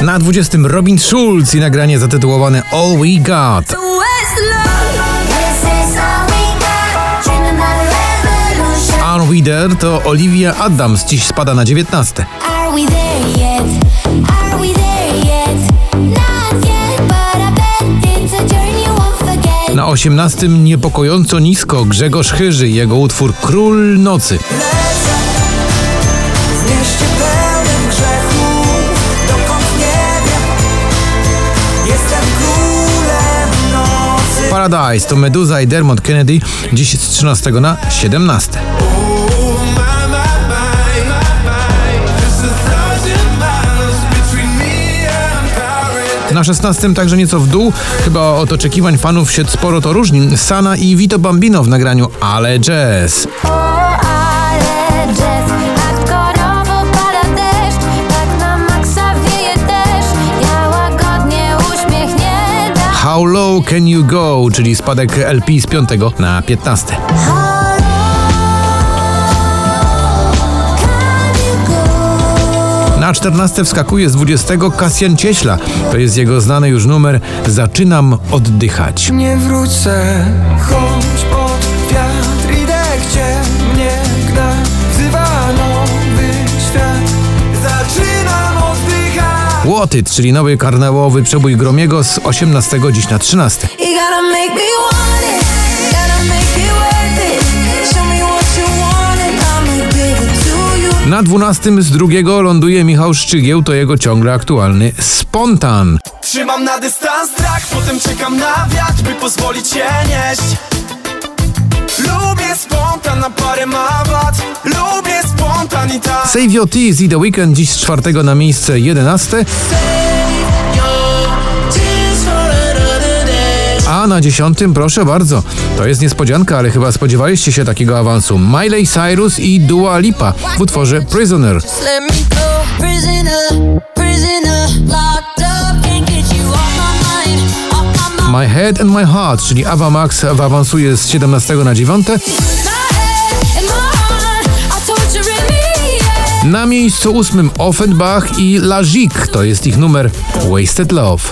Na 20 Robin Schulz i nagranie zatytułowane All We Got. Are We There to Olivia Adams dziś spada na 19. Na 18 niepokojąco nisko Grzegorz Chyży i jego utwór Król Nocy. Paradise to Meduza i Dermot Kennedy dziś z 13 na 17. Na 16 także nieco w dół, chyba od oczekiwań fanów się sporo to różni. Sana i Vito Bambino w nagraniu Ale Jazz. How Low Can You Go, czyli spadek LP z 5 na 15. Na 14 wskakuje z 20 Kasjan Cieśla. To jest jego znany już numer Zaczynam oddychać. Nie wrócę, choć pod wiatr idę, gdzie mnie gna, wzywa nowy świat. Zaczynam oddychać. What It, czyli nowy karnawałowy przebój Gromiego z 18 dziś na 13. Na 12 z drugiego ląduje Michał Szczygieł, to jego ciągle aktualny Spontan. Trzymam na dystans strach, potem czekam na wiatr, by pozwolić się nieść. Lubię spontan, na parę ma wad. Lubię spontanitat. Save Your Tears i The Weeknd dziś z 4 na miejsce 11. A na 10, proszę bardzo, to jest niespodzianka, ale chyba spodziewaliście się takiego awansu. Miley Cyrus i Dua Lipa w utworze Prisoner. My Head and My Heart, czyli Ava Max awansuje z 17 na 9. Na miejscu 8 Offenbach i Lagique, to jest ich numer Wasted Love.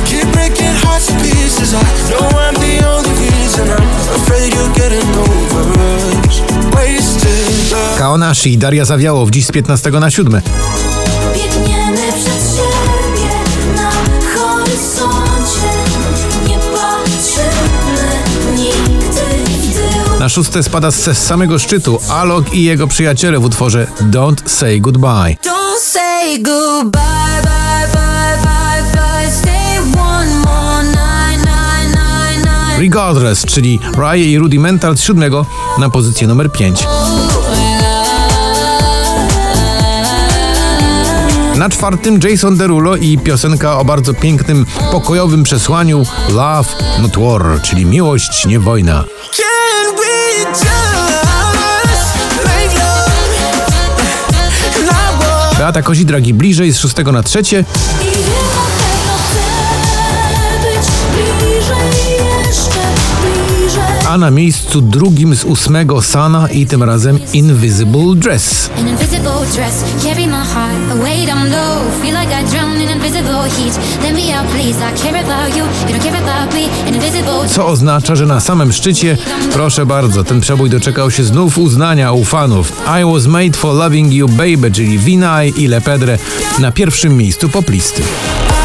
Kaonashi i Daria Zawiałow dziś z 15 na 7. Biegniemy przed siebie na horyzoncie, nie patrzymy nigdy w tył. Na 6 spada z samego szczytu Alok i jego przyjaciele w utworze Don't Say Goodbye. Don't say goodbye, bye, bye, bye, bye. Stay one more night, night, night, night. Regardless, czyli Rye i Rudimental z 7 na pozycję numer 5. Na 4 Jason Derulo i piosenka o bardzo pięknym, pokojowym przesłaniu Love Not War, czyli miłość, nie wojna. Beata Kozidragi bliżej z 6 na 3. A na miejscu drugim z 8 Sana i tym razem Invisible Dress. Co oznacza, że na samym szczycie, proszę bardzo, ten przebój doczekał się znów uznania u fanów. I Was Made for Loving You Baby, czyli Vinay i Lepedre na pierwszym miejscu poplisty.